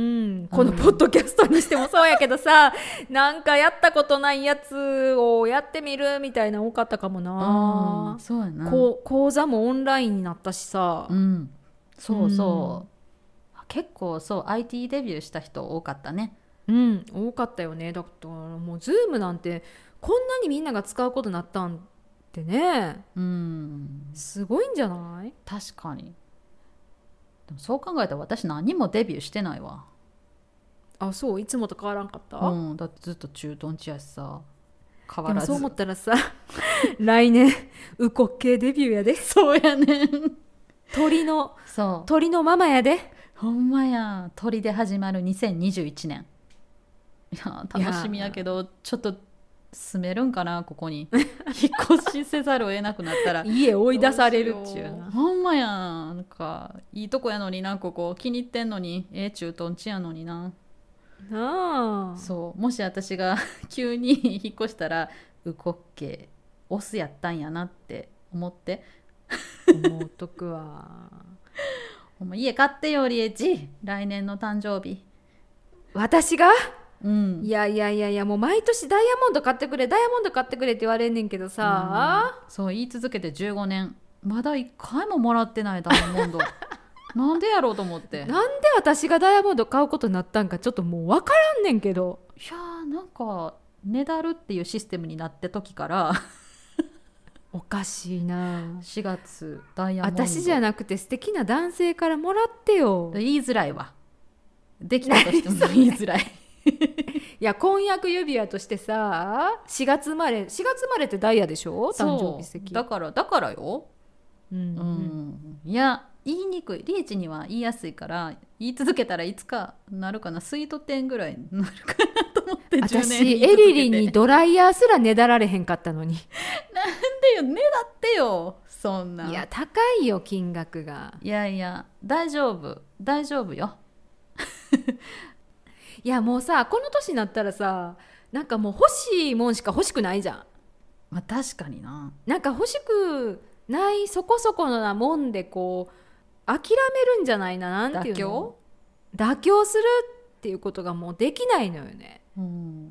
このポッドキャストにしてもそうやけどさ、なんかやったことないやつをやってみるみたいな多かったかもな。 うんそうやな。 こう講座もオンラインになったしさ、 うんそうそう、結構そう アイティー デビューした人多かったね。 うん、多かったよね。だからもうズームなんてこんなにみんなが使うことになったんってね、 うんすごいんじゃない？ 確かに。でもそう考えたら私何もデビューしてないわ。 あ、そういつもと変わらんかった？ うんだってずっと駐屯地やしさ変わらず。 でもそう思ったらさ来年ウコッケーデビューやで。 そうやねん鳥のそう鳥のママやで。 ほんまや鳥で始まるにせんにじゅういちねん。いや楽しみやけどちょっと住めるんかなここに引っ越しせざるを得なくなったら家追い出されるっちゅうな。 ほんまやん。なんかいいとこやのになここ気に入ってんのにええ駐屯地やのにな。 なあ、 そうもし私が急に引っ越したらウコッケオスやったんやなって思って思うとくわ。 ほんま家買ってよリエチ、来年の誕生日。 私が、 うん、 いやいやいやいや、もう毎年ダイヤモンド買ってくれダイヤモンド買ってくれって言われんねんけどさ、 うん、そう言い続けてじゅうごねん、まだいっかいももらってないダイヤモンドなんでやろうと思って。 なんで私がダイヤモンド買うことになったんかちょっともう分からんねんけど。 いやーなんかねだるっていうシステムになって時からおかしいな。 しがつダイヤモンド、 私じゃなくて素敵な男性からもらってよ。 言いづらいわ、できたとしても言いづらいいや婚約指輪としてさ、しがつ生まれしがつ生まれってダイヤでしょ、誕生日石。 だからだからよ、 うん、 うん、いや言いにくい、リーチには言いやすいから言い続けたらいつかなるかな、スイートテンぐらいになるかなと思ってじゅうねん私エリリンにドライヤーすらねだられへんかったのに。 なんでよ、ねだってよそんな。 いや高いよ金額が。 いやいや大丈夫大丈夫よいやもうさこの年になったらさ、なんかもう欲しいもんしか欲しくないじゃん。 まあ確かにな。 なんか欲しくないそこそこなもんでこう諦めるんじゃないな、なんていうの、妥協妥協するっていうことがもうできないのよね。 うん、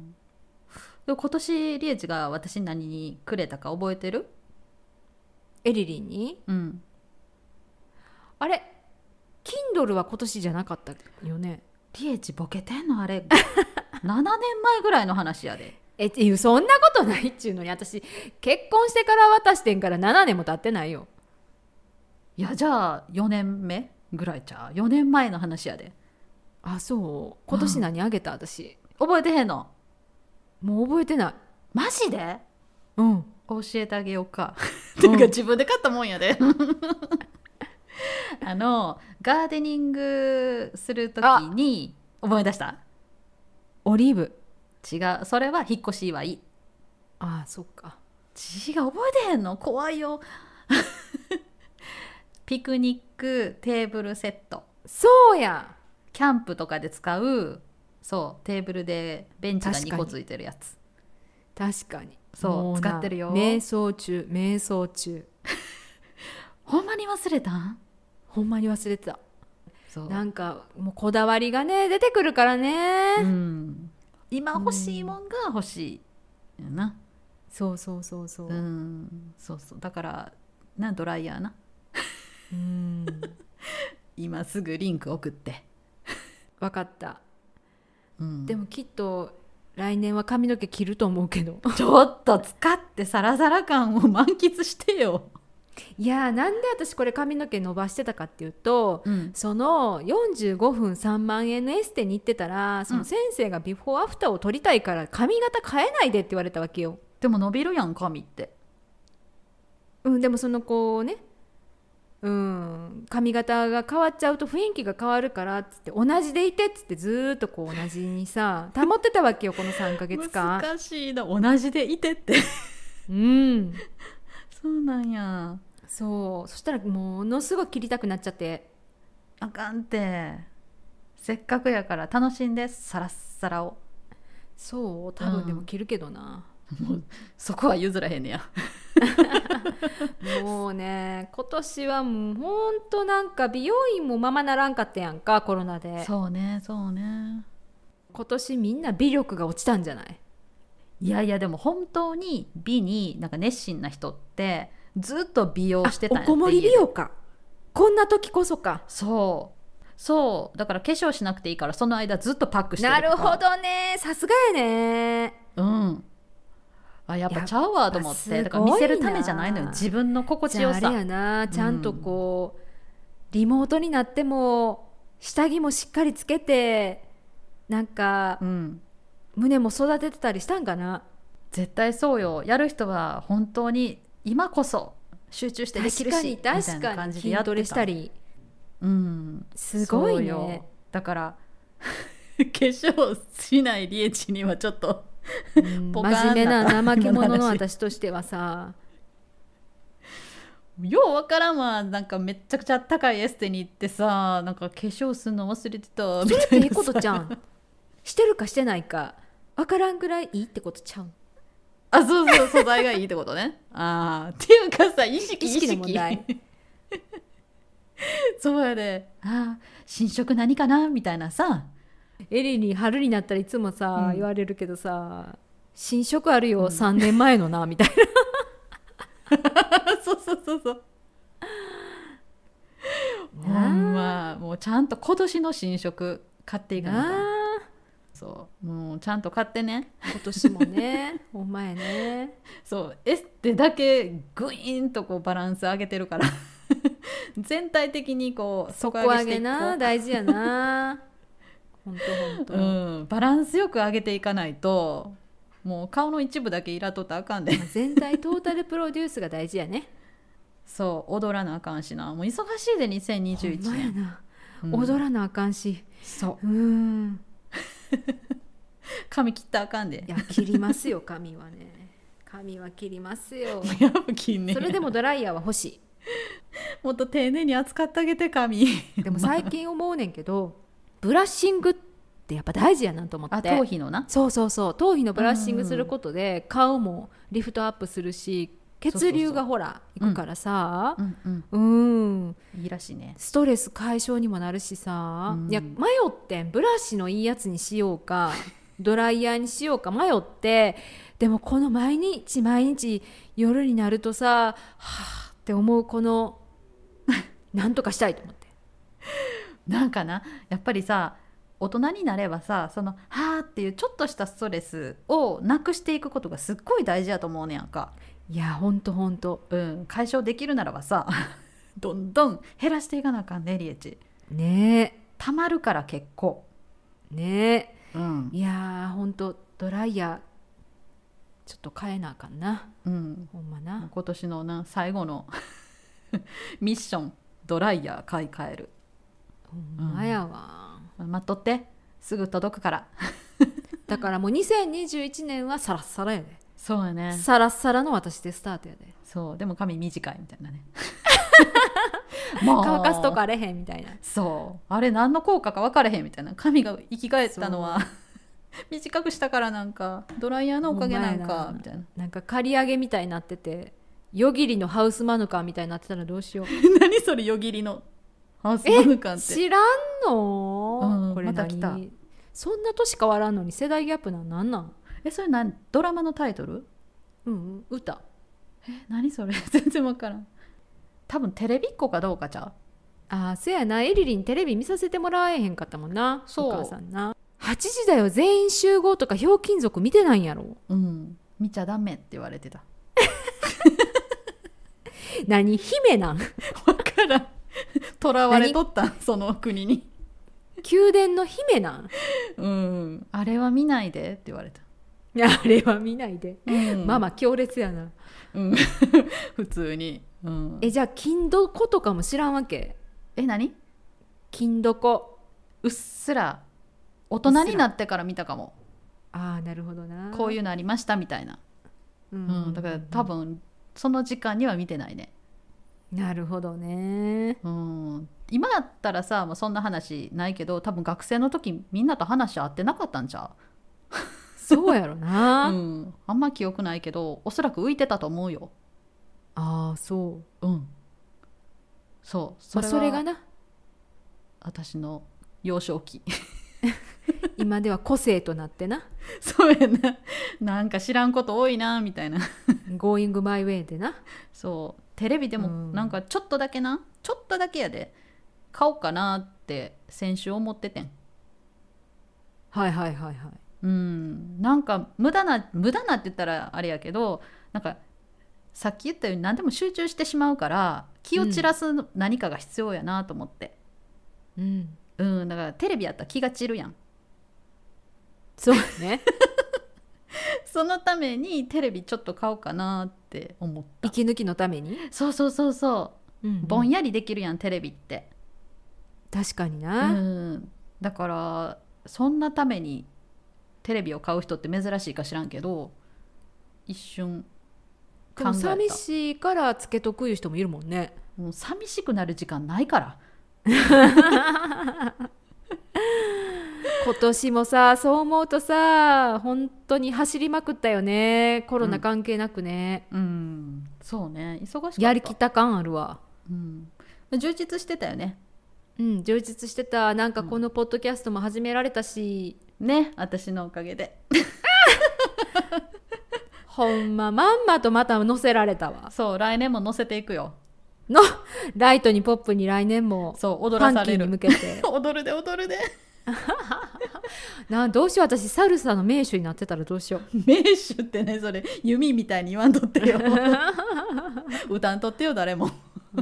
でも今年リエチが私に何にくれたか覚えてる？ エリリンに、 うん、 あれ Kindle は今年じゃなかったよね。 リエチボケてんのあれななねんまえぐらいの話やで。 えっていうそんなことないっちゅうのに、私結婚してから渡してんからななねんも経ってないよ。 いやじゃあよねんめぐらいちゃう、よねんまえの話やで。 あそう今年何あげた、私覚えてへんの？ もう覚えてない。 マジで？ うん教えてあげようかっていうか自分で買ったもんやであのガーデニングするときに思い出した。 オリーブ。 違う、それは引っ越し祝い。 ああそっか。 違う、覚えてへんの？怖いよピクニックテーブルセット。 そうや、 キャンプとかで使う、そうテーブルでベンチがにこついてるやつ。 確かにそう使ってるよ。 瞑想中瞑想中ほんまに忘れたん？ ほんまに忘れてた。 そうなんかもうこだわりがね出てくるからね、 うん、今欲しいもんが欲しいやな。 そうそうそうそう、 うん、そうそう、だからなドライヤーなうん今すぐリンク送って分かった、 うん、 でもきっと来年は髪の毛切ると思うけどちょっと使ってサラサラ感を満喫してよ。 いやーなんで私これ髪の毛伸ばしてたかっていうと、 うん、 そのよんじゅうごふんさんまんえんのエステに行ってたら、その先生がビフォーアフターを撮りたいから髪型変えないでって言われたわけよ。 でも伸びるやん髪って。 うんでもそのこうね、うん髪型が変わっちゃうと雰囲気が変わるからっつって同じでいてっつってずーっとこう同じにさ保ってたわけよこのさんかげつかん。 難しいな、同じでいてってうんそうなんや。 そうそしたらものすごい切りたくなっちゃって。 あかんて、せっかくやから楽しんでサラッサラを。 そう多分でも切るけどな、 うん、もうそこは譲らへんねやもうね今年はもうほんとなんか美容院もままならんかったやんかコロナで。 そうねそうね。 今年みんな美力が落ちたんじゃない？ いやいやでも本当に美になんか熱心な人ってずっと美容してたんやって。 おこもり美容か、こんな時こそか。 そうそうだから化粧しなくていいからその間ずっとパックしてるなとか。 るほどねさすがやね。 うんあやっぱちゃうわと思って。だから見せるためじゃないのよ、自分の心地よさ。 じゃああれやな、ちゃんとこう、うん、リモートになっても下着もしっかりつけてなんか、うん、胸も育ててたりしたんかな。 絶対そうよ。やる人は本当に今こそ集中してできるし確かに確かに筋トレしたり、 うん、 すごいね。 だから化粧しないリエチにはちょっとうん、真面目な怠け者の私としてはさようわからんわ。なんかめっちゃくちゃ高いエステに行ってさ、なんか化粧するの忘れてたみたいな。 それっていいことちゃんしてるかしてないかわからんぐらいいいってことちゃう。 あ、そうそう、素材がいいってことね。ああ、っていうかさ、意識意識意識の問題そうやで、ああ新色何かなみたいなさ。 エリに春になったらいつもさ、 うん、 言われるけどさ、新色あるよ、うん、さんねんまえのなみたいなそうそうそうそうほんまもうちゃんと今年の新色買っていかなきゃ。そうもうちゃんと買ってね今年もねほんまやね。 そうエステだけグイーンとこうバランス上げてるから全体的にこう底上げな大事やなほんとほんと、うん、 バランスよく上げていかないともう顔の一部だけいらっとったらあかんで全体トータルプロデュースが大事やねそう踊らなあかんしなもう忙しいでにせんにじゅういちねんほんまやな、 うん、踊らなあかんしそううん髪切ったらあかんで。 いや切りますよ髪はね髪は切りますよやっぱ切んね。 それでもドライヤーは欲しいもっと丁寧に扱ってあげて髪でも最近思うねんけどブラッシングってやっぱ大事やなと思って。 あ頭皮のなそうそうそう頭皮のブラッシングすることで顔もリフトアップするし血流がほらいくからさうんうん、 いいらしいね。 ストレス解消にもなるしさ、うん、いや迷ってんブラシのいいやつにしようかドライヤーにしようか迷ってでもこの毎日毎日夜になるとさはぁって思うこのなんとかしたいと思ってなんかなやっぱりさ大人になればさそのはぁっていうちょっとしたストレスをなくしていくことがすっごい大事やと思うねやんか。 いやほんとほんと、 うん、解消できるならばさどんどん減らしていかなあかんねリエチねえたまるから結構ねえ、 うん、 いやほんとドライヤーちょっと変えなあかんな、うん、ほんまな今年のな最後のミッションドライヤー買い替える。 ほんまやわ、 うん、待っとってすぐ届くからだからもうにせんにじゅういちねんはサラッサラやで。 そうやねサラッサラの私でスタートやで。 そうでも髪短いみたいなねもう乾かすとこあれへんみたいな。 そうあれ何の効果か分かれへんみたいな。髪が生き返ったのは短くしたからなんかドライヤーのおかげなんかみたいな。 なんか刈り上げみたいになってて夜霧のハウスマヌカンみたいになってたらどうしよう何それ夜霧のハウスマヌカンって知らんの、 うん、 これまた来た。 そんな年変わらんのに世代ギャップなんなんなん。 えそれ何ドラマのタイトル。 うん、うん、歌。 え何それ全然分からん。多分テレビっ子かどうかちゃう。 ああそやなエリリンテレビ見させてもらえへんかったもんな。 そうお母さんなはちじだよ全員集合とかひょうきん族見てないんやろ。 うん見ちゃダメって言われてた何姫なん分からん囚われとったその国に宮殿の姫なん。 うんあれは見ないでって言われた。 いやあれは見ないで、うん、ママ強烈やな、 うん、普通に、うん、 えじゃあ金どことかも知らんわけ。 え何金どこうっすら大人になってから見たかも。 ああなるほどなこういうのありましたみたいな、うんうん、だから多分その時間には見てないね。 なるほどね、 うん、今だったらさもうそんな話ないけど多分学生の時みんなと話合ってなかったんちゃうそうやろな、 うん、あんま記憶ないけどおそらく浮いてたと思うよ。 ああそううんそうそれ、まあ、それがな私の幼少期今では個性となってなそうやななんか知らんこと多いなみたいな Going my way でな。 そうテレビでもなんかちょっとだけな、うん、ちょっとだけやで買おうかなって先週思っててん。 はいはいはいはい。 うんなんか無駄な無駄なって言ったらあれやけどなんかさっき言ったように何でも集中してしまうから気を散らす何かが必要やなと思って、 うんうん、だからテレビやったら気が散るやん。 そうねそのためにテレビちょっと買おうかなって思った。 息抜きのために。 そうそうそうそう、うんうん、ぼんやりできるやんテレビって。 確かにな、 うん、だからそんなためにテレビを買う人って珍しいか知らんけど一瞬考えた。 でも寂しいからつけとくいう人もいるもんね。 もう寂しくなる時間ないから今年もさそう思うとさ本当に走りまくったよね、コロナ関係なくね。 うん、うん、そうね、忙しかった。 やりきった感あるわ。 うん、充実してたよね。 うん、充実してた。なんかこのポッドキャストも始められたし、 うん、ね、私のおかげでほんままんまとまた載せられたわ。 そう、来年も載せていくよのライトにポップに来年もそう踊らされる、 ファンキーに向けて踊るで踊るでなんどうしよう、私サルサの名手になってたらどうしよう。 名手ってね、それ弓みたいに言わんとってよ歌んとってよ誰もうん、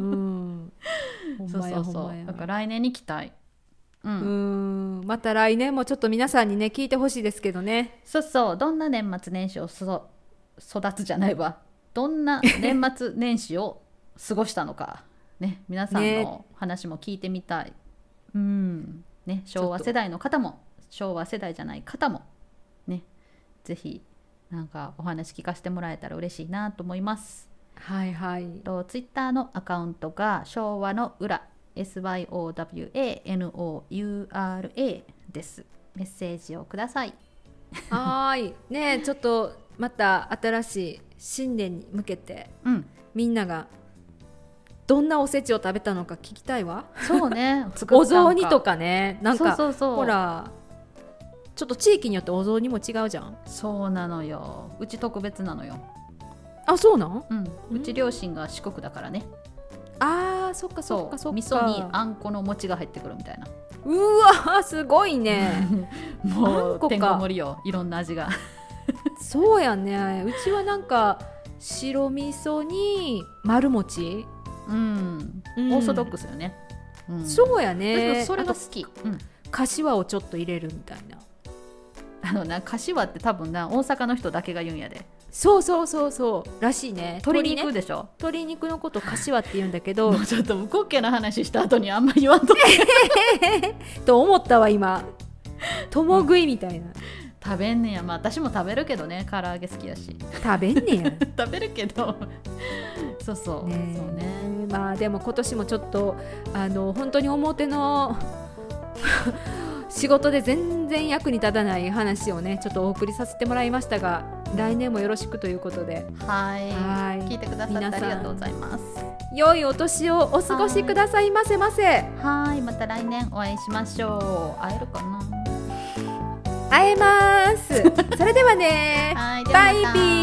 ほんまやそうそうそう、 ほんまや。 だから来年に期待。うん、 うん、また来年もちょっと皆さんにね聞いてほしいですけどね。 そうそう、どんな年末年始をそ育つじゃないわどんな年末年始を過ごしたのかね、皆さんの話も聞いてみたい、ね、うんね、昭和世代の方も昭和世代じゃない方もね、ぜひなんかお話聞かせてもらえたら嬉しいなと思います。 はいはい。 とツイッターのアカウントが昭和の裏 エスワイオーダブリューエーエヌオーユーアールエー です。メッセージをください。 はいね、ちょっとまた新しい新年に向けて、うん、みんながどんなおせちを食べたのか聞きたいわ。 そうねお雑煮とかね、なんかそうそうそう、 ほらちょっと地域によってお雑煮も違うじゃん。 そうなのよ、うち特別なのよ。 あ、そうなん、 うん、うち両親が四国だからね。 あー、そっかそっかそっか。 味噌にあんこの餅が入ってくるみたいな。 うわすごいねもうてんこ盛りよ、いろんな味がそうやね、うちはなんか白味噌に丸餅、 うんうん、オーソドックスよね、 うん、そうやね。 それが好き、うん、 柏をちょっと入れるみたいな。 あのな、柏って多分な大阪の人だけが言うんやで。 そうそうそうそうらしいね。 鶏肉でしょ、 鶏肉のこと柏って言うんだけどもうちょっと無滑稽な話した後にあんまり言わんとと思ったわ今、共食いみたいな、うん、 食べんねや。まあ私も食べるけどね、唐揚げ好きやし食べんねや食べるけどそうそうね、 そうね。 まあでも今年もちょっとあの本当に表の仕事で全然役に立たない話をねちょっとお送りさせてもらいましたが、来年もよろしくということで、 はい、 はい聞いてくださってありがとうございます。 良いお年をお過ごしくださいませませ。 はい、また来年お会いしましょう。会えるかな。 会えますそれではねはい、 バイビー。